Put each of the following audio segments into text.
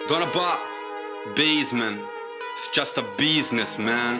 Gonna buy basement. It's just a business, man.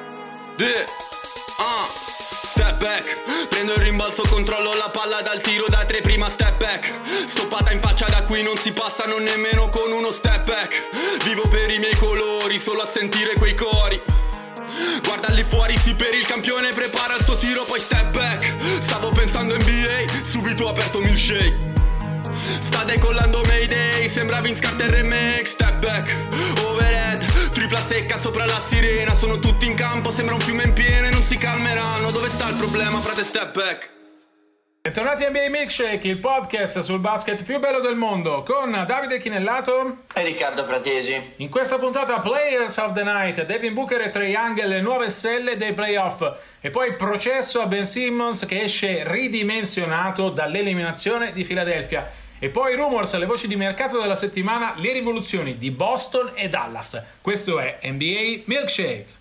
Step back, prendo il rimbalzo, controllo la palla dal tiro da tre, prima step back. Stoppata in faccia, da qui non si passa non nemmeno con uno step back. Vivo per i miei colori, solo a sentire quei cori. Guarda lì fuori, sì, per il campione, prepara il suo tiro, poi step back. Stavo pensando NBA, subito ho aperto milkshake. Sta decollando Mayday, sembra Vince Carter remake. Step back, overhead, tripla secca sopra la sirena. Sono tutti in campo, sembra un fiume in piena e non si calmeranno. Dove sta il problema, frate? Step back. Bentornati a NBA Milkshake, il podcast sul basket più bello del mondo, con Davide Chinellato e Riccardo Fratesi. In questa puntata Players of the Night, Devin Booker e Trae Young, le nuove stelle dei playoff, e poi processo a Ben Simmons che esce ridimensionato dall'eliminazione di Philadelphia, e poi rumors, le voci di mercato della settimana, le rivoluzioni di Boston e Dallas. Questo è NBA Milkshake.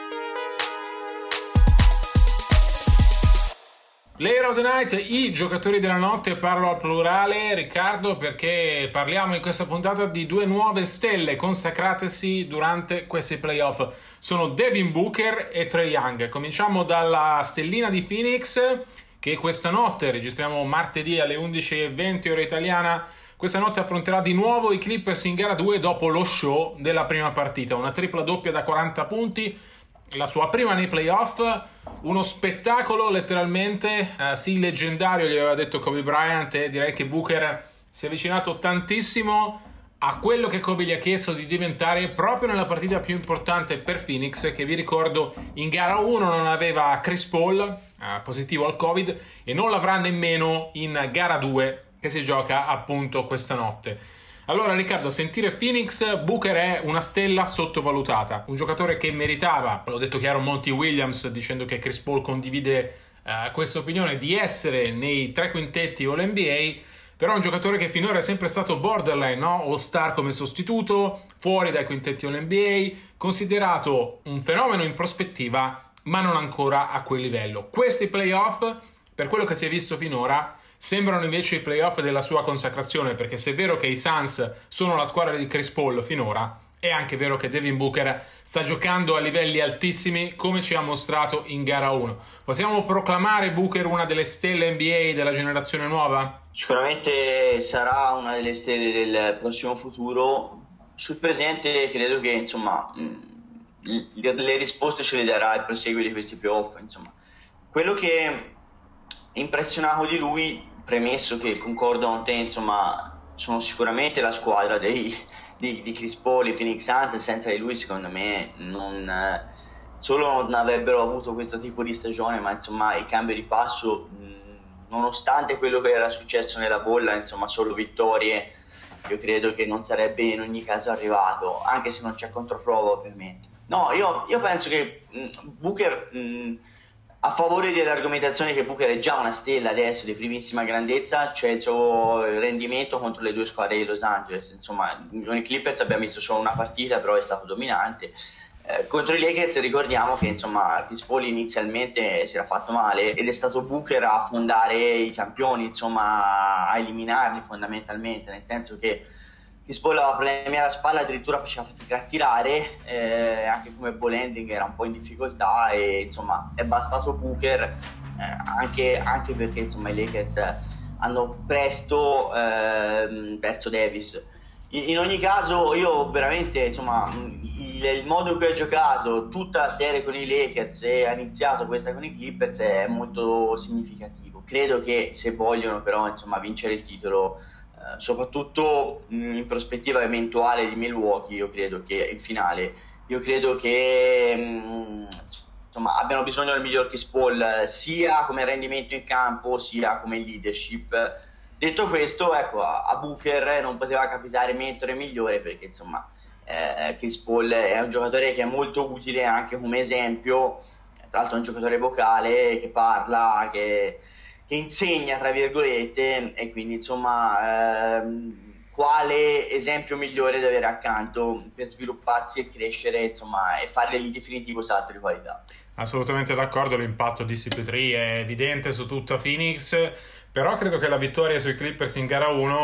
Player of the Night, i giocatori della notte, parlo al plurale, Riccardo, perché parliamo in questa puntata di due nuove stelle consacratesi durante questi playoff. Sono Devin Booker e Trae Young. Cominciamo dalla stellina di Phoenix, che questa notte, registriamo martedì alle 11:20 ora italiana, questa notte affronterà di nuovo i Clippers in gara 2 dopo lo show della prima partita. Una tripla doppia da 40 punti, la sua prima nei playoff, uno spettacolo letteralmente, sì, leggendario, gli aveva detto Kobe Bryant, e direi che Booker si è avvicinato tantissimo a quello che Kobe gli ha chiesto di diventare proprio nella partita più importante per Phoenix, che vi ricordo in gara 1 non aveva Chris Paul, positivo al Covid, e non l'avrà nemmeno in gara 2 che si gioca appunto questa notte. Allora Riccardo, a sentire Phoenix, Booker è una stella sottovalutata, un giocatore che meritava, l'ho detto chiaro Monty Williams dicendo che Chris Paul condivide questa opinione, di essere nei tre quintetti All-NBA, però è un giocatore che finora è sempre stato borderline, no? All-Star come sostituto, fuori dai quintetti All-NBA, considerato un fenomeno in prospettiva, ma non ancora a quel livello. Questi playoff, per quello che si è visto finora, sembrano invece i playoff della sua consacrazione, perché se è vero che i Suns sono la squadra di Chris Paul finora, è anche vero che Devin Booker sta giocando a livelli altissimi, come ci ha mostrato in gara 1. Possiamo proclamare Booker una delle stelle NBA della generazione nuova? Sicuramente sarà una delle stelle del prossimo futuro. Sul presente credo che insomma le risposte ce le darà il proseguo di questi playoff. Insomma, quello che è impressionato di lui, premesso che concordo con te, insomma, sono sicuramente la squadra di Chris Paul, i Phoenix Suns. Senza di lui secondo me non solo non avrebbero avuto questo tipo di stagione, ma insomma il cambio di passo, nonostante quello che era successo nella bolla, insomma solo vittorie, io credo che non sarebbe in ogni caso arrivato, anche se non c'è controprova ovviamente. No, io penso che Booker, a favore dell'argomentazione che Booker è già una stella adesso di primissima grandezza, c'è il suo rendimento contro le due squadre di Los Angeles. Insomma, con i Clippers abbiamo visto solo una partita, però è stato dominante. Contro i Lakers ricordiamo che insomma Chris Paul inizialmente si era fatto male ed è stato Booker a fondare i campioni, insomma a eliminarli fondamentalmente, nel senso che Chris Paul aveva problemi alla spalla, addirittura faceva fatica a tirare, anche come ball handling era un po' in difficoltà, e insomma è bastato Booker, anche perché insomma i Lakers hanno presto perso Davis. In ogni caso io veramente insomma il modo in cui ha giocato tutta la serie con i Lakers e ha iniziato questa con i Clippers è molto significativo. Credo che se vogliono però insomma vincere il titolo, soprattutto in prospettiva eventuale di Milwaukee, io credo che in finale, io credo che insomma abbiano bisogno del miglior Chris Paul, sia come rendimento in campo sia come leadership. Detto questo, ecco, a Booker non poteva capitare mentore migliore, perché insomma Chris Paul è un giocatore che è molto utile anche come esempio, tra l'altro è un giocatore vocale che parla, che insegna tra virgolette, e quindi insomma quale esempio migliore da avere accanto per svilupparsi e crescere, insomma, e fare il definitivo salto di qualità. Assolutamente d'accordo, l'impatto di CP3 è evidente su tutta Phoenix, però credo che la vittoria sui Clippers in gara 1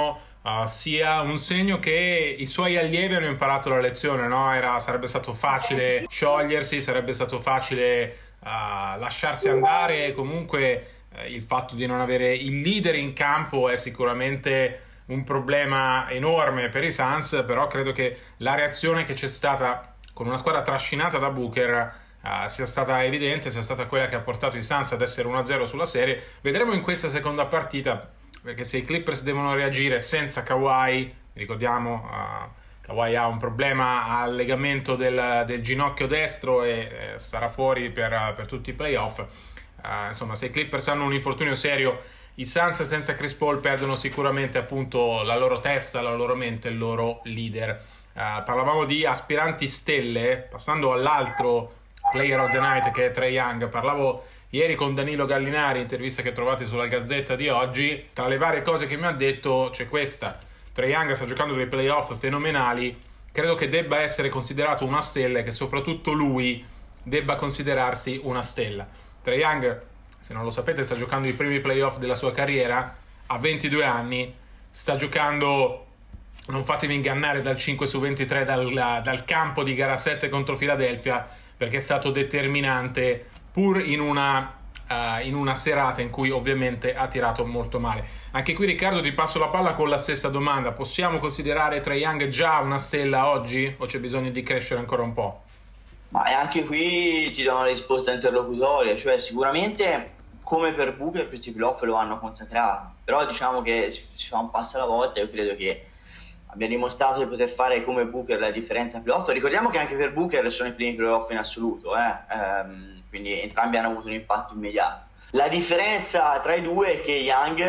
sia un segno che i suoi allievi hanno imparato la lezione, no? Sarebbe stato facile sciogliersi, sarebbe stato facile lasciarsi andare. Comunque il fatto di non avere il leader in campo è sicuramente un problema enorme per i Suns, però credo che la reazione che c'è stata con una squadra trascinata da Booker sia stata evidente, sia stata quella che ha portato i Suns ad essere 1-0 sulla serie. Vedremo in questa seconda partita, perché se i Clippers devono reagire senza Kawhi, ricordiamo Kawhi ha un problema al legamento del ginocchio destro e sarà fuori per tutti i playoff. Insomma, se i Clippers hanno un infortunio serio, i Suns senza Chris Paul perdono sicuramente appunto la loro testa, la loro mente, il loro leader. Parlavamo di aspiranti stelle, passando all'altro player of the night che è Trae Young. Parlavo ieri con Danilo Gallinari, intervista che trovate sulla Gazzetta di oggi. Tra le varie cose che mi ha detto c'è questa: Trae Young sta giocando dei playoff fenomenali, credo che debba essere considerato una stella e che soprattutto lui debba considerarsi una stella. Trae Young, se non lo sapete, sta giocando i primi playoff della sua carriera, ha 22 anni, sta giocando, non fatemi ingannare, dal 5 su 23 dal campo di gara 7 contro Philadelphia, perché è stato determinante pur in una serata in cui ovviamente ha tirato molto male. Anche qui, Riccardo, ti passo la palla con la stessa domanda: possiamo considerare Trae Young già una stella oggi o c'è bisogno di crescere ancora un po'? Ma anche qui ti do una risposta interlocutoria, cioè sicuramente come per Booker questi playoff lo hanno consacrato, però diciamo che si fa un passo alla volta. Io credo che abbia dimostrato di poter fare come Booker la differenza playoff. Ricordiamo che anche per Booker sono i primi playoff in assoluto, quindi entrambi hanno avuto un impatto immediato. La differenza tra i due è che Young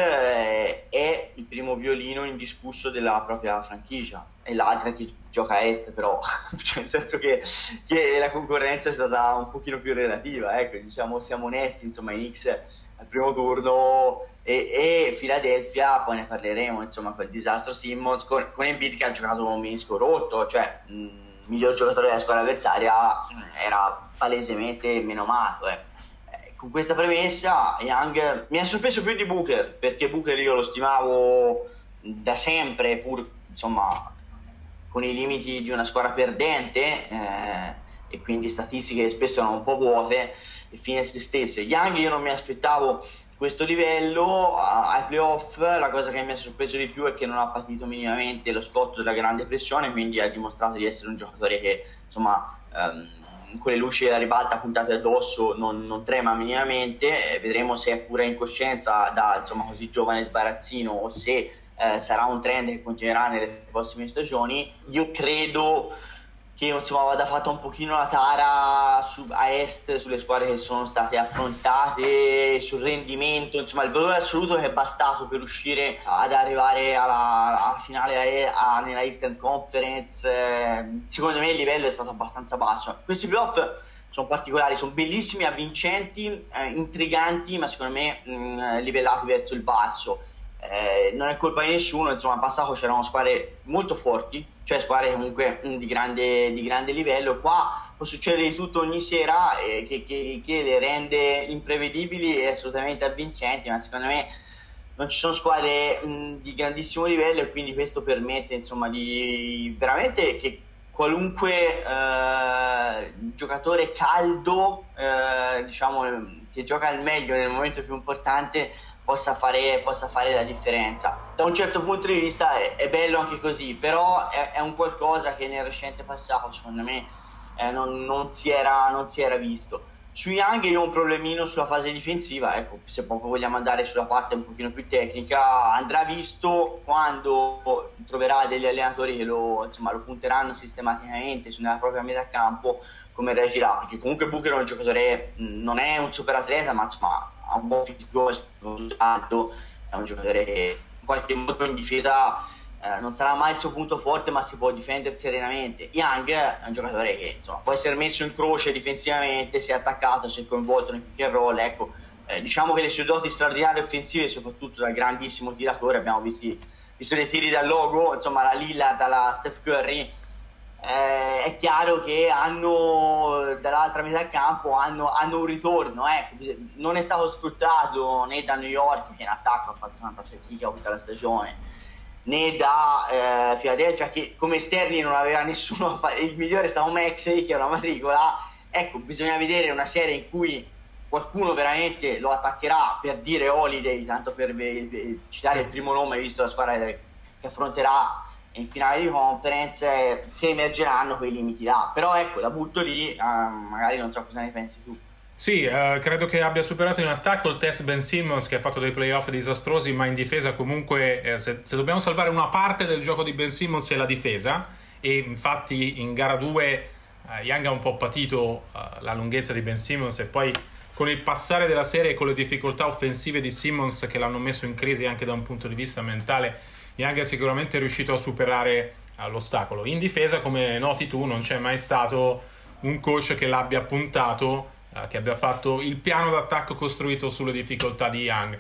è il primo violino indiscusso della propria franchigia e l'altra che gioca a est, però cioè nel senso che la concorrenza è stata un pochino più relativa, ecco, diciamo, siamo onesti, insomma, i Knicks al primo turno e Philadelphia, poi ne parleremo, insomma, quel disastro Simmons con Embiid che ha giocato con un menisco rotto, cioè il miglior giocatore della squadra avversaria era palesemente menomato, Con questa premessa Young mi ha sorpreso più di Booker, perché Booker io lo stimavo da sempre, pur insomma con i limiti di una squadra perdente e quindi statistiche che spesso erano un po' vuote e fine a se stesse. Young io non mi aspettavo questo livello ai playoff. La cosa che mi ha sorpreso di più è che non ha patito minimamente lo scotto della grande pressione, quindi ha dimostrato di essere un giocatore che insomma con le luci della ribalta puntate addosso non trema minimamente. Vedremo se è pura incoscienza da insomma così giovane sbarazzino o se sarà un trend che continuerà nelle prossime stagioni. Io credo che insomma vada fatta un pochino la tara a est sulle squadre che sono state affrontate, sul rendimento, insomma il valore assoluto che è bastato per uscire ad arrivare alla finale nella Eastern Conference. Secondo me il livello è stato abbastanza basso. Questi playoff sono particolari, sono bellissimi, avvincenti, intriganti, ma secondo me livellati verso il basso. Non è colpa di nessuno, insomma in passato c'erano squadre molto forti, cioè squadre comunque di grande livello. Qua può succedere di tutto ogni sera, che le rende imprevedibili e assolutamente avvincenti, ma secondo me non ci sono squadre di grandissimo livello, e quindi questo permette insomma di veramente che qualunque giocatore caldo diciamo che gioca al meglio nel momento più importante possa fare la differenza. Da un certo punto di vista è bello anche così, però è un qualcosa che nel recente passato secondo me non si era visto. Su Young io ho un problemino sulla fase difensiva, ecco, se proprio vogliamo andare sulla parte un pochino più tecnica, andrà visto quando troverà degli allenatori che lo punteranno sistematicamente nella propria metà campo, come reagirà, perché comunque Booker è un giocatore, non è un super atleta, ma insomma ha un buon fisico, alto, è un giocatore che in qualche modo in difesa non sarà mai il suo punto forte, ma si può difendere serenamente. Young è un giocatore che insomma può essere messo in croce difensivamente, se è attaccato, se è coinvolto nel pick and roll, ecco. Diciamo che le sue doti straordinarie offensive, soprattutto da grandissimo tiratore, abbiamo visto dei tiri dal logo, insomma la Lillard, dalla Steph Curry, è chiaro che hanno dall'altra metà campo hanno un ritorno, non è stato sfruttato né da New York, che in attacco ha fatto tanta fatica tutta la stagione, né da Philadelphia, che come esterni non aveva nessuno, il migliore stava Maxey che è una matricola. Ecco, bisogna vedere una serie in cui qualcuno veramente lo attaccherà, per dire Holiday, tanto per citare il primo nome, visto la squadra che affronterà in finale di conference, se emergeranno quei limiti là. Però ecco, la butto lì, magari non so cosa ne pensi tu. Sì, credo che abbia superato in attacco il test Ben Simmons, che ha fatto dei playoff disastrosi, ma in difesa comunque se dobbiamo salvare una parte del gioco di Ben Simmons è la difesa, e infatti in gara 2 Young ha un po' patito la lunghezza di Ben Simmons, e poi con il passare della serie e con le difficoltà offensive di Simmons che l'hanno messo in crisi anche da un punto di vista mentale, Young è sicuramente riuscito a superare l'ostacolo. In difesa, come noti tu, non c'è mai stato un coach che l'abbia puntato, che abbia fatto il piano d'attacco costruito sulle difficoltà di Young.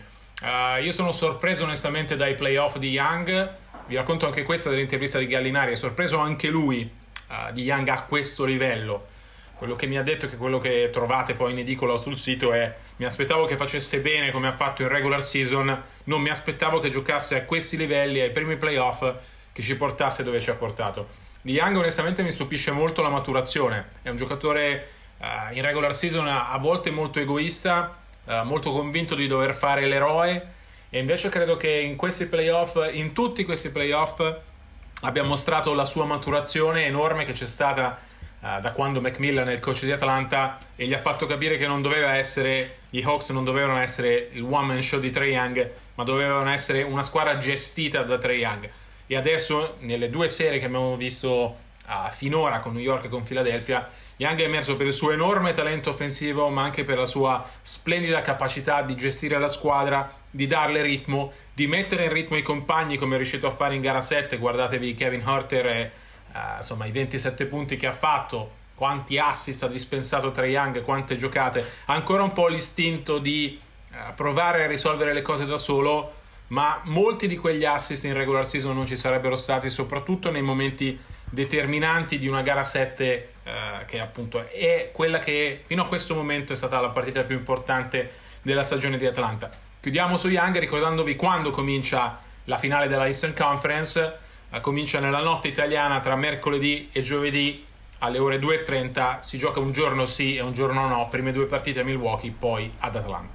Io sono sorpreso onestamente dai playoff di Young. Vi racconto anche questa dell'intervista di Gallinari. È sorpreso anche lui di Young a questo livello. Quello che mi ha detto, che quello che trovate poi in edicola o sul sito, è: mi aspettavo che facesse bene come ha fatto in regular season, non mi aspettavo che giocasse a questi livelli ai primi playoff, che ci portasse dove ci ha portato. Di Young onestamente mi stupisce molto la maturazione. È un giocatore in regular season a volte molto egoista, molto convinto di dover fare l'eroe, e invece credo che in questi playoff, in tutti questi playoff, abbia mostrato la sua maturazione enorme che c'è stata da quando McMillan è il coach di Atlanta, e gli ha fatto capire che non doveva essere, gli Hawks non dovevano essere il one man show di Trae Young, ma dovevano essere una squadra gestita da Trae Young. E adesso nelle due serie che abbiamo visto finora con New York e con Philadelphia, Young è emerso per il suo enorme talento offensivo, ma anche per la sua splendida capacità di gestire la squadra, di darle ritmo, di mettere in ritmo i compagni, come è riuscito a fare in gara 7. Guardatevi Kevin Huerter e insomma i 27 punti che ha fatto, quanti assist ha dispensato Trae Young, quante giocate. Ancora un po' l'istinto di provare a risolvere le cose da solo, ma molti di quegli assist in regular season non ci sarebbero stati, soprattutto nei momenti determinanti di una gara 7, che appunto è quella che fino a questo momento è stata la partita più importante della stagione di Atlanta. Chiudiamo su Young ricordandovi quando comincia la finale della Eastern Conference. Comincia nella notte italiana tra mercoledì e giovedì alle ore 2:30. Si gioca un giorno sì e un giorno no, prime due partite a Milwaukee, poi ad Atlanta.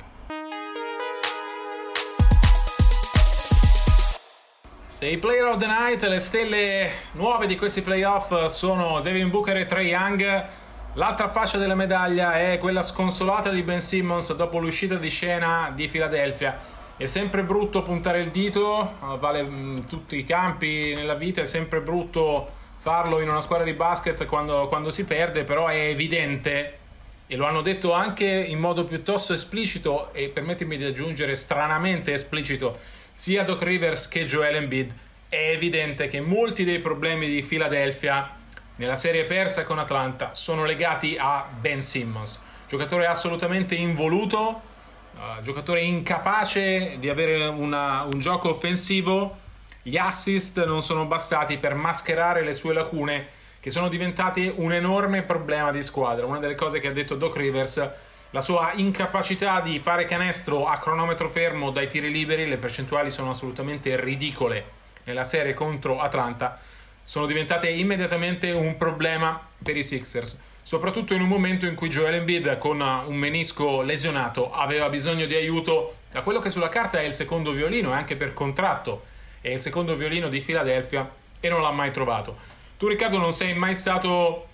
Se i player of the night, le stelle nuove di questi playoff sono Devin Booker e Trae Young, l'altra faccia della medaglia è quella sconsolata di Ben Simmons dopo l'uscita di scena di Philadelphia. È sempre brutto puntare il dito, vale in tutti i campi nella vita, è sempre brutto farlo in una squadra di basket quando si perde, però è evidente, e lo hanno detto anche in modo piuttosto esplicito, e permettetemi di aggiungere stranamente esplicito, sia Doc Rivers che Joel Embiid, è evidente che molti dei problemi di Philadelphia nella serie persa con Atlanta sono legati a Ben Simmons, giocatore assolutamente involuto, giocatore incapace di avere un gioco offensivo. Gli assist non sono bastati per mascherare le sue lacune, che sono diventate un enorme problema di squadra. Una delle cose che ha detto Doc Rivers, la sua incapacità di fare canestro a cronometro fermo dai tiri liberi. Le percentuali sono assolutamente ridicole nella serie contro Atlanta, sono diventate immediatamente un problema per i Sixers, soprattutto in un momento in cui Joel Embiid, con un menisco lesionato, aveva bisogno di aiuto da quello che sulla carta è il secondo violino, e anche per contratto è il secondo violino di Philadelphia, e non l'ha mai trovato. Tu, Riccardo, non sei mai stato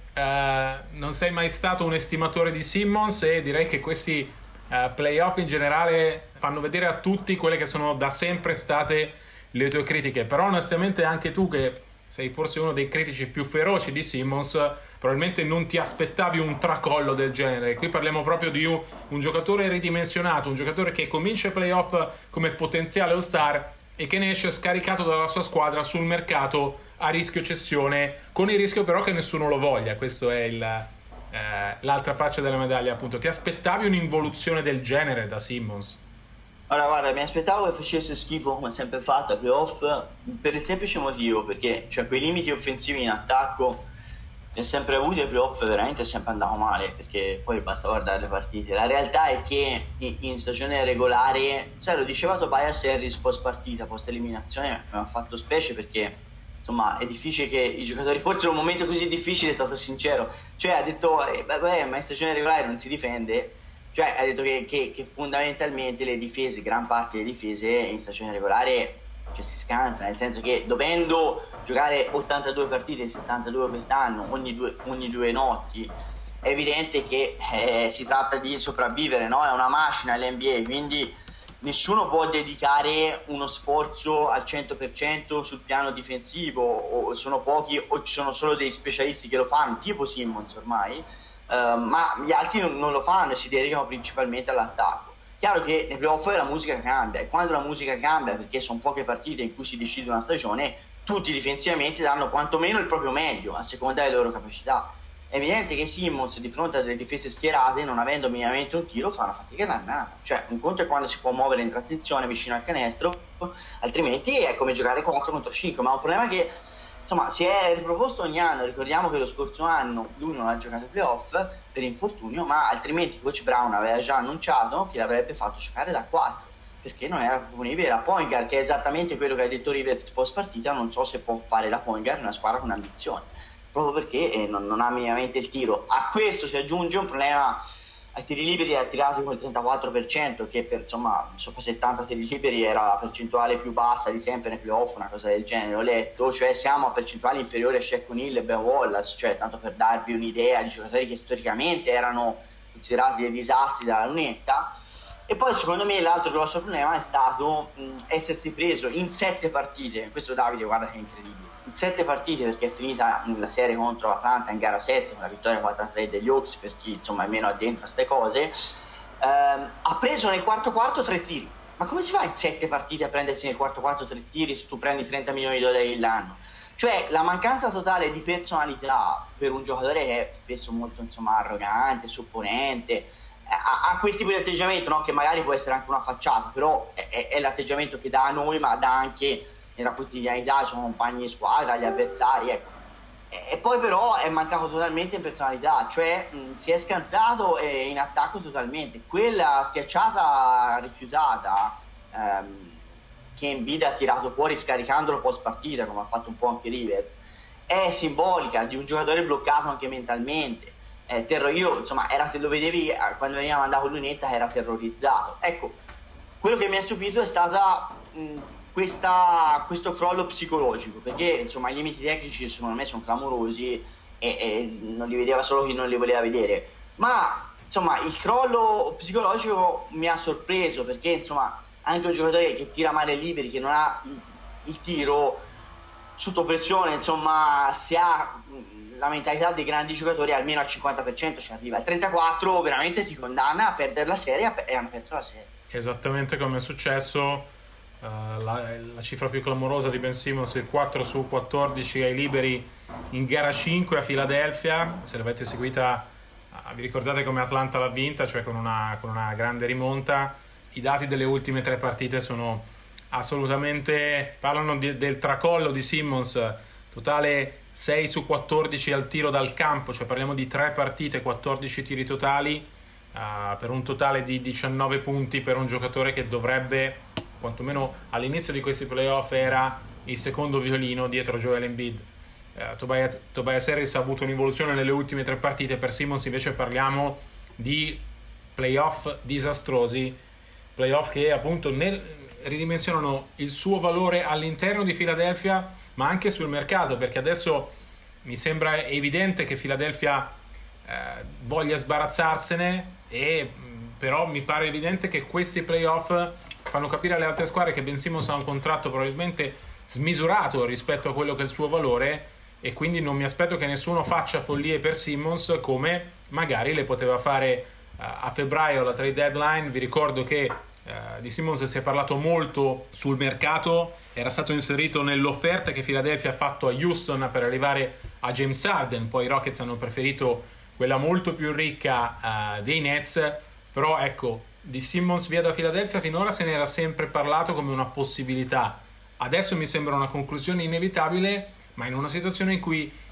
un estimatore di Simmons, e direi che questi playoff in generale fanno vedere a tutti quelle che sono da sempre state le tue critiche. Però onestamente anche tu, che sei forse uno dei critici più feroci di Simmons, probabilmente non ti aspettavi un tracollo del genere. Qui parliamo proprio di un giocatore ridimensionato, un giocatore che comincia i playoff come potenziale all-star e che ne esce scaricato dalla sua squadra sul mercato a rischio cessione, con il rischio però che nessuno lo voglia. Questo è l'altra faccia della medaglia, appunto. Ti aspettavi un'involuzione del genere da Simmons? Allora, guarda, mi aspettavo che facesse schifo come ha sempre fatto ai playoff, per il semplice motivo, perché cioè, quei limiti offensivi in attacco ne ha sempre avuti, ai playoff veramente è sempre andato male, perché poi basta guardare le partite. La realtà è che in stagione regolare, sai, lo diceva Tobias Harris post partita, post eliminazione, mi ha fatto specie, perché insomma è difficile che i giocatori, forse in un momento così difficile è stato sincero, cioè ha detto vabbè, ma in stagione regolare non si difende, cioè ha detto che fondamentalmente le difese, gran parte delle difese in stagione regolare, cioè, si scansa, nel senso che dovendo giocare 82 partite, 72 quest'anno, ogni due notti, è evidente che si tratta di sopravvivere, no? È una macchina l'NBA, quindi nessuno può dedicare uno sforzo al 100% sul piano difensivo, o sono pochi o ci sono solo dei specialisti che lo fanno, tipo Simmons ormai, ma gli altri non lo fanno e si dedicano principalmente all'attacco. Chiaro che nei playoff la musica cambia, e quando la musica cambia, perché sono poche partite in cui si decide una stagione, tutti difensivamente danno quantomeno il proprio meglio a seconda delle loro capacità. È evidente che Simmons, di fronte a delle difese schierate, non avendo minimamente un tiro, fa una fatica dannata. Cioè, un conto è quando si può muovere in transizione vicino al canestro, altrimenti è come giocare 4 contro 5. Ma è un problema che insomma si è riproposto ogni anno. Ricordiamo che lo scorso anno lui non ha giocato i playoff per infortunio, ma altrimenti coach Brown aveva già annunciato che l'avrebbe fatto giocare da 4, perché non era proponibile la point guard, che è esattamente quello che ha detto Rivers post partita. Non so se può fare la point guard in una squadra con ambizione, proprio perché non ha minimamente il tiro. A questo si aggiunge un problema ai tiri liberi, ha tirato con il 34%, che per insomma sopra 70 tiri liberi era la percentuale più bassa di sempre nei playoff, una cosa del genere, ho letto, cioè siamo a percentuali inferiori a Shaq O'Neal e Ben Wallace, cioè tanto per darvi un'idea di giocatori che storicamente erano considerati dei disastri dalla lunetta. E poi secondo me l'altro grosso problema è stato essersi preso in 7 partite, questo Davide guarda che è incredibile, in 7 partite, perché è finita la serie contro Atlanta in gara 7 con la vittoria 4-3 degli Hawks, per chi insomma è meno addentro a ste cose, ha preso nel quarto quarto 3 tiri. Ma come si fa in 7 partite a prendersi nel quarto quarto 3 tiri se tu prendi 30 milioni di dollari l'anno? Cioè la mancanza totale di personalità per un giocatore che è spesso molto insomma arrogante, supponente, ha quel tipo di atteggiamento, no? Che magari può essere anche una facciata, però è l'atteggiamento che dà a noi, ma dà anche nella quotidianità ai suoi compagni di squadra, agli avversari, ecco. E poi però è mancato totalmente in personalità, cioè si è scansato in attacco totalmente. Quella schiacciata rifiutata che Embiid ha tirato fuori scaricandolo post partita, come ha fatto un po' anche Rivers, è simbolica di un giocatore bloccato anche mentalmente. Io insomma lo vedevi quando veniva mandato lunetta, era terrorizzato. Ecco, quello che mi ha stupito è stata questo crollo psicologico, perché insomma i limiti tecnici secondo me sono clamorosi e non li vedeva solo chi non li voleva vedere, ma insomma il crollo psicologico mi ha sorpreso, perché insomma anche un giocatore che tira male liberi, che non ha il tiro sotto pressione, insomma se ha la mentalità dei grandi giocatori almeno al 50% ci arriva, al 34% veramente ti condanna a perdere la serie, e hanno perso la serie. Esattamente come è successo. La cifra più clamorosa di Ben Simmons, il 4 su 14 ai liberi in gara 5 a Filadelfia. Se l'avete seguita vi ricordate come Atlanta l'ha vinta, cioè con una grande rimonta. I dati delle ultime 3 partite sono assolutamente, parlano del tracollo di Simmons, totale 6 su 14 al tiro dal campo, cioè parliamo di 3 partite, 14 tiri totali, per un totale di 19 punti per un giocatore che dovrebbe, quantomeno all'inizio di questi playoff, era il secondo violino dietro Joel Embiid. Tobias Harris ha avuto un'evoluzione nelle ultime 3 partite, per Simmons invece parliamo di playoff disastrosi, playoff che appunto ridimensionano il suo valore all'interno di Philadelphia, ma anche sul mercato, perché adesso mi sembra evidente che Philadelphia voglia sbarazzarsene, però mi pare evidente che questi playoff fanno capire alle altre squadre che Ben Simmons ha un contratto probabilmente smisurato rispetto a quello che è il suo valore, e quindi non mi aspetto che nessuno faccia follie per Simmons come magari le poteva fare a febbraio alla trade deadline. Vi ricordo che di Simmons si è parlato molto sul mercato, era stato inserito nell'offerta che Philadelphia ha fatto a Houston per arrivare a James Harden, poi i Rockets hanno preferito quella molto più ricca dei Nets, però ecco, di Simmons via da Philadelphia finora se ne era sempre parlato come una possibilità. Adesso mi sembra una conclusione inevitabile, ma in una situazione in cui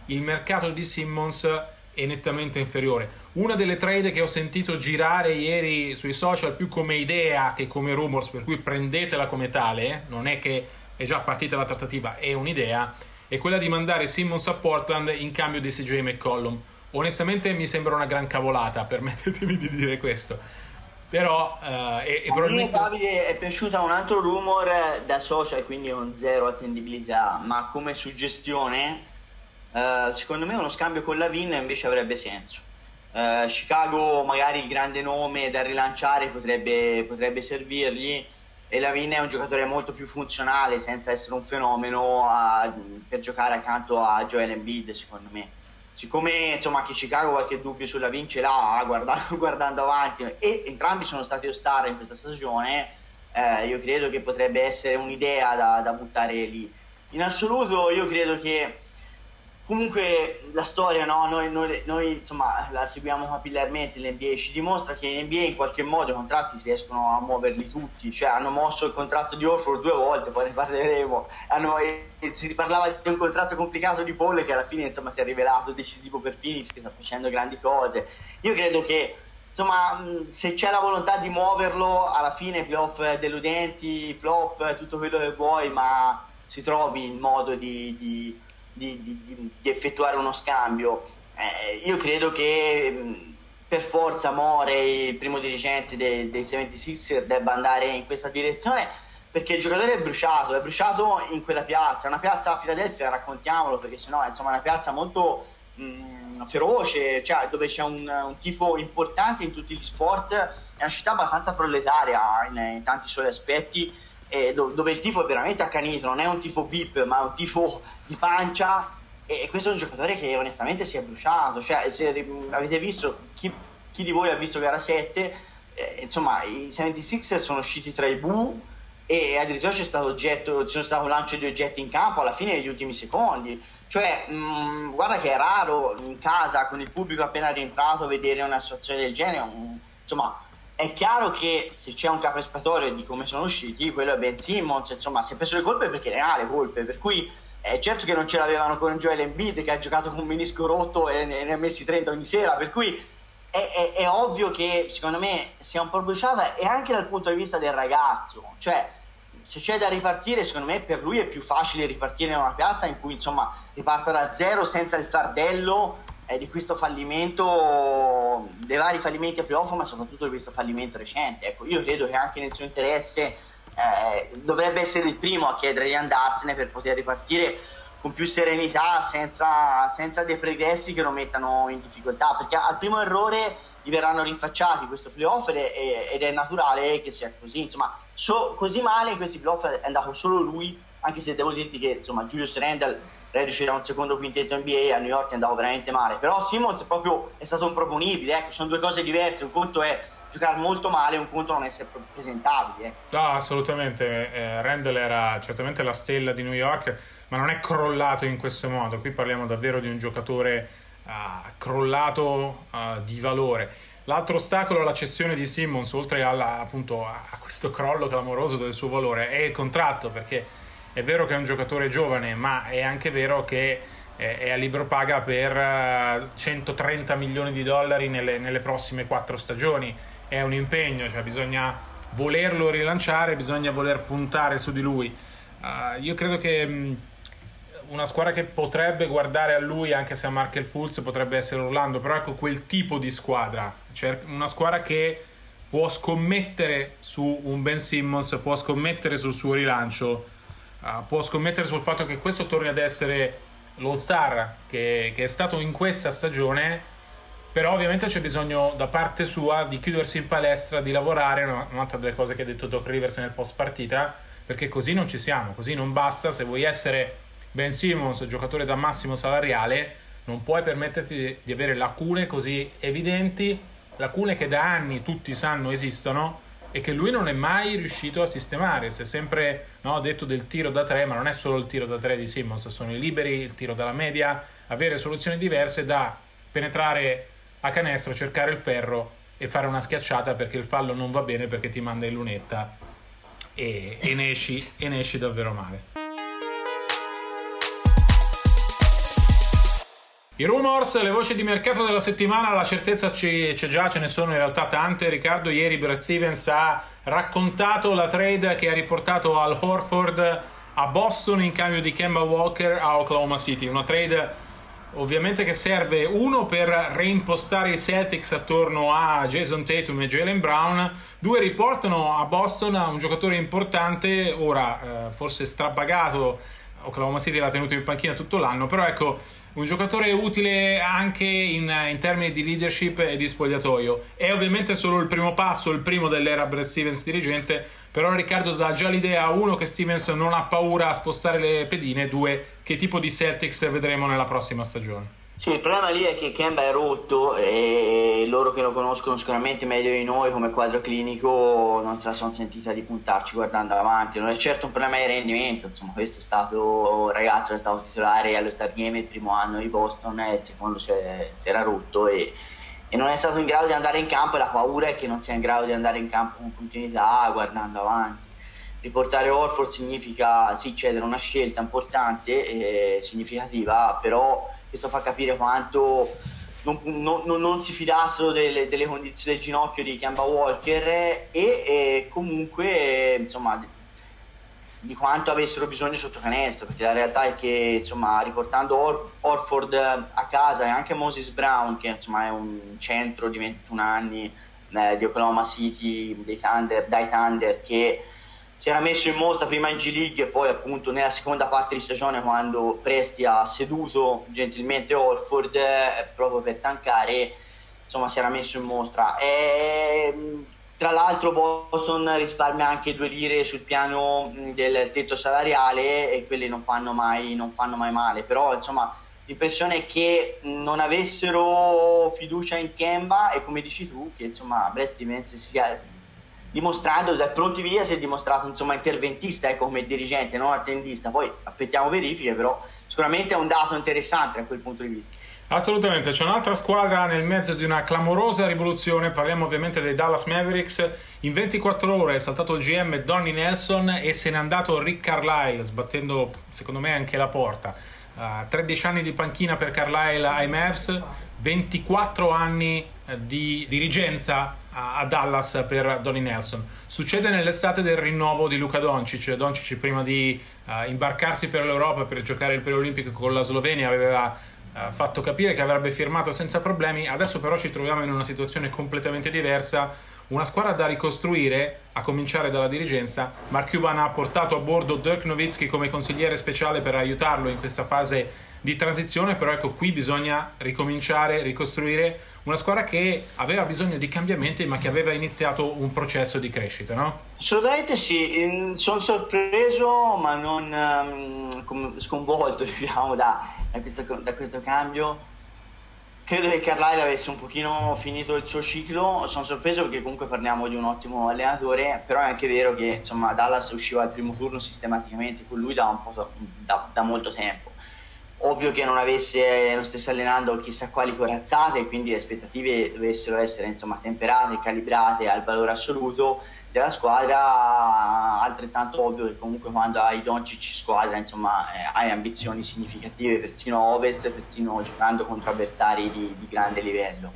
il mercato di Simmons è nettamente inferiore. Una delle trade che ho sentito girare ieri sui social più come idea che come rumors, per cui prendetela come tale, non è che è già partita la trattativa, è un'idea, è quella di mandare Simmons a Portland in cambio di CJ McCollum. Onestamente mi sembra una gran cavolata, permettetemi di dire questo, però probabilmente a me, Davide, è piaciuta un altro rumor da social, quindi con zero attendibilità, ma come suggestione secondo me uno scambio con Lavin invece avrebbe senso. Chicago magari il grande nome da rilanciare potrebbe servirgli, e Lavin è un giocatore molto più funzionale senza essere un fenomeno per giocare accanto a Joel Embiid, secondo me. Siccome insomma anche Chicago qualche dubbio sulla Lavin ce l'ha guardando avanti, e entrambi sono stati all-star in questa stagione, io credo che potrebbe essere un'idea da buttare lì. In assoluto io credo che comunque la storia, no? Noi insomma la seguiamo capillarmente, l'NBA ci dimostra che in NBA in qualche modo i contratti si riescono a muoverli tutti, cioè hanno mosso il contratto di Horford 2 volte, poi ne parleremo, si parlava di un contratto complicato di Paul che alla fine insomma si è rivelato decisivo per Phoenix, che sta facendo grandi cose. Io credo che insomma se c'è la volontà di muoverlo, alla fine playoff deludenti, flop, tutto quello che vuoi, ma si trovi il modo di effettuare uno scambio. Io credo che per forza Morey, il primo dirigente dei 76ers, debba andare in questa direzione, perché il giocatore è bruciato in quella piazza, una piazza a Philadelphia, raccontiamolo, perché sennò insomma è una piazza molto feroce, cioè dove c'è un tifo importante in tutti gli sport, è una città abbastanza proletaria in tanti suoi aspetti, dove il tifo è veramente accanito, non è un tifo VIP ma è un tifo di pancia, e questo è un giocatore che onestamente si è bruciato. Cioè, se avete visto, chi di voi ha visto gara 7, insomma i 76ers sono usciti tra i bu, e addirittura c'è stato un lancio di oggetti in campo alla fine degli ultimi secondi. Cioè guarda che è raro in casa con il pubblico appena rientrato vedere una situazione del genere. Insomma è chiaro che se c'è un capo espiatorio di come sono usciti, quello è Ben Simmons, insomma si è preso le colpe perché ne ha le colpe, per cui è certo che non ce l'avevano con Joel Embiid che ha giocato con un menisco rotto e ne ha messi 30 ogni sera, per cui è ovvio che secondo me sia un po' bruciata, e anche dal punto di vista del ragazzo, cioè se c'è da ripartire, secondo me per lui è più facile ripartire in una piazza in cui insomma riparta da zero senza il fardello di questo fallimento, dei vari fallimenti a playoff, ma soprattutto di questo fallimento recente. Ecco, io credo che anche nel suo interesse dovrebbe essere il primo a chiedere di andarsene per poter ripartire con più serenità, senza dei pregressi che lo mettano in difficoltà, perché al primo errore gli verranno rinfacciati questo playoff ed è naturale che sia così. Insomma, così male in questi playoff è andato solo lui, anche se devo dirti che insomma Julius Randle, reduce da un secondo quintetto NBA, a New York è andato veramente male, però Simmons è stato improponibile. Ecco, sono due cose diverse, un conto è giocare molto male, un conto non essere presentabile. No, assolutamente. Randle era certamente la stella di New York, ma non è crollato in questo modo. Qui parliamo davvero di un giocatore crollato di valore. L'altro ostacolo alla cessione di Simmons, oltre appunto a questo crollo clamoroso del suo valore, è il contratto, perché è vero che è un giocatore giovane, ma è anche vero che è a libro paga per $130 milioni nelle prossime 4 stagioni. È un impegno, cioè bisogna volerlo rilanciare, bisogna voler puntare su di lui. Io credo che una squadra che potrebbe guardare a lui, anche se a Markel Fultz, potrebbe essere Orlando, però ecco, quel tipo di squadra, cioè una squadra che può scommettere su un Ben Simmons, può scommettere sul suo rilancio, può scommettere sul fatto che questo torni ad essere l'All-Star che è stato in questa stagione. Però ovviamente c'è bisogno da parte sua di chiudersi in palestra, di lavorare, un'altra delle cose che ha detto Doc Rivers nel post partita, perché così non ci siamo, così non basta. Se vuoi essere Ben Simmons, giocatore da massimo salariale, non puoi permetterti di avere lacune così evidenti, lacune che da anni tutti sanno esistono e che lui non è mai riuscito a sistemare. Si è sempre detto del tiro da 3, ma non è solo il tiro da 3 di Simmons, sono i liberi, il tiro dalla media, avere soluzioni diverse da penetrare a canestro, cercare il ferro e fare una schiacciata perché il fallo non va bene, perché ti manda in lunetta e ne esci davvero male. I rumors, le voci di mercato della settimana, la certezza c'è già, ce ne sono in realtà tante. Riccardo, ieri Brad Stevens ha raccontato la trade che ha riportato Al Horford a Boston in cambio di Kemba Walker a Oklahoma City. Una trade ovviamente che serve, uno, per reimpostare i Celtics attorno a Jason Tatum e Jaylen Brown, due, riportano a Boston un giocatore importante, ora forse strabagato. Oklahoma City l'ha tenuto in panchina tutto l'anno, però ecco, un giocatore utile anche in termini di leadership e di spogliatoio. È ovviamente solo il primo passo, il primo dell'era Brad Stevens dirigente, però Riccardo dà già l'idea, uno, che Stevens non ha paura a spostare le pedine, due, che tipo di Celtics vedremo nella prossima stagione. Sì, il problema lì è che Kemba è rotto e loro che lo conoscono sicuramente meglio di noi come quadro clinico non se la sono sentita di puntarci guardando avanti. Non è certo un problema di rendimento, insomma, questo è stato un ragazzo che è stato titolare allo Star Game il primo anno di Boston e il secondo si era rotto e non è stato in grado di andare in campo, e la paura è che non sia in grado di andare in campo con continuità guardando avanti. Riportare Horford significa sì cedere una scelta importante e significativa, però questo fa capire quanto non si fidassero delle condizioni del ginocchio di Kemba Walker e comunque insomma di quanto avessero bisogno sotto canestro, perché la realtà è che insomma riportando Horford a casa e anche Moses Brown, che insomma è un centro di 21 anni di Oklahoma City dai Thunder, che si era messo in mostra prima in G League e poi appunto nella seconda parte di stagione, quando Presti ha seduto gentilmente Horford proprio per tankare, insomma si era messo in mostra. Tra l'altro Boston risparmia anche 2 lire sul piano del tetto salariale e quelli non fanno mai male, però insomma l'impressione è che non avessero fiducia in Kemba e, come dici tu, che insomma Brad Stevens sia dimostrando da pronti via, si è dimostrato insomma interventista, come dirigente, non attendista. Poi aspettiamo verifiche, però sicuramente è un dato interessante da quel punto di vista. Assolutamente, c'è un'altra squadra nel mezzo di una clamorosa rivoluzione, parliamo ovviamente dei Dallas Mavericks. In 24 ore è saltato il GM Donnie Nelson e se n'è andato Rick Carlisle, sbattendo secondo me anche la porta. 13 anni di panchina per Carlisle ai Mavs, 24 anni di dirigenza a Dallas per Donnie Nelson. Succede nell'estate del rinnovo di Luka Doncic. Doncic, prima di imbarcarsi per l'Europa per giocare il preolimpico con la Slovenia, aveva fatto capire che avrebbe firmato senza problemi. Adesso però ci troviamo in una situazione completamente diversa, una squadra da ricostruire, a cominciare dalla dirigenza. Mark Cuban ha portato a bordo Dirk Nowitzki come consigliere speciale per aiutarlo in questa fase di transizione, però ecco, qui bisogna ricominciare, ricostruire una squadra che aveva bisogno di cambiamenti ma che aveva iniziato un processo di crescita, no? Assolutamente sì, sono sorpreso ma non sconvolto, diciamo, da questo cambio. Credo che Carlisle avesse un pochino finito il suo ciclo, sono sorpreso perché comunque parliamo di un ottimo allenatore, però è anche vero che insomma Dallas usciva al primo turno sistematicamente con lui da molto tempo. Ovvio che non stesse allenando chissà quali corazzate e quindi le aspettative dovessero essere insomma temperate e calibrate al valore assoluto della squadra. Altrettanto ovvio che comunque quando hai Doncic squadra insomma hai ambizioni significative persino a Ovest, persino giocando contro avversari di grande livello.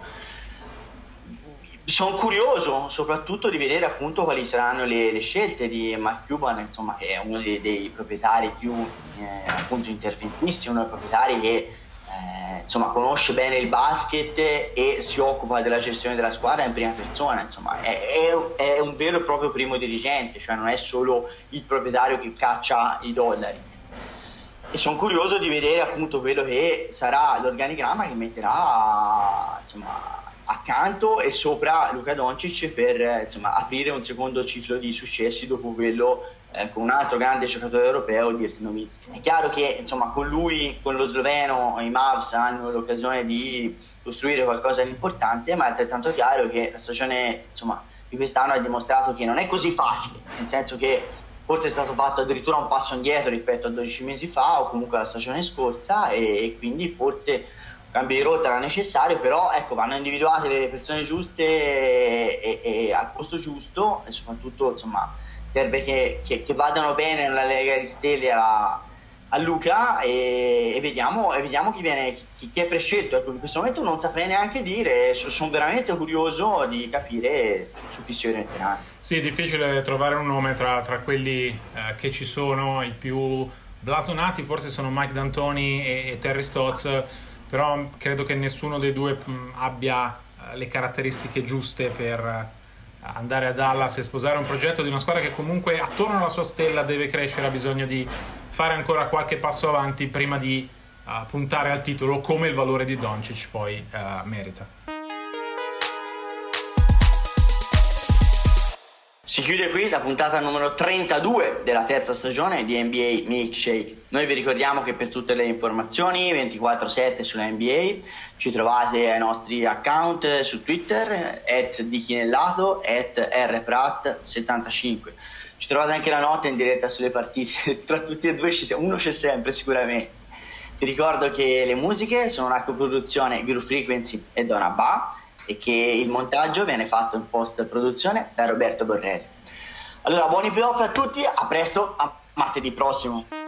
Sono curioso soprattutto di vedere appunto quali saranno le scelte di Mark Cuban, insomma, che è uno dei proprietari più appunto interventisti, uno dei proprietari che insomma conosce bene il basket e si occupa della gestione della squadra in prima persona, insomma è un vero e proprio primo dirigente, cioè non è solo il proprietario che caccia i dollari. E sono curioso di vedere appunto quello che sarà l'organigramma che metterà insomma accanto e sopra Luka Doncic per insomma aprire un secondo ciclo di successi dopo quello con un altro grande giocatore europeo, Dirk Nowitzki. È chiaro che insomma con lui, con lo sloveno, i Mavs hanno l'occasione di costruire qualcosa di importante, ma è altrettanto chiaro che la stagione insomma di quest'anno ha dimostrato che non è così facile, nel senso che forse è stato fatto addirittura un passo indietro rispetto a 12 mesi fa o comunque alla stagione scorsa e quindi forse cambio di rotta era necessario, però ecco, vanno individuate le persone giuste e al posto giusto e soprattutto insomma serve che vadano bene nella Lega di Stelle a Luca e vediamo chi è prescelto. Ecco, in questo momento non saprei neanche dire, sono veramente curioso di capire su chi si orienteranno. Sì, è difficile trovare un nome tra quelli che ci sono. I più blasonati forse sono Mike D'Antoni e Terry Stotts, però credo che nessuno dei due abbia le caratteristiche giuste per andare a Dallas e sposare un progetto di una squadra che comunque attorno alla sua stella deve crescere, ha bisogno di fare ancora qualche passo avanti prima di puntare al titolo, come il valore di Doncic poi merita. Si chiude qui la puntata numero 32 della terza stagione di NBA Milkshake. Noi vi ricordiamo che per tutte le informazioni 24/7 sulla NBA ci trovate ai nostri account su Twitter @dichinellato, @rprat75. Ci trovate anche la notte in diretta sulle partite, tra tutti e due uno c'è sempre sicuramente. Vi ricordo che le musiche sono una coproduzione Guru Frequency e Donna Ba e che il montaggio viene fatto in post produzione da Roberto Borrelli. Allora, buoni playoff a tutti, a presto, a martedì prossimo.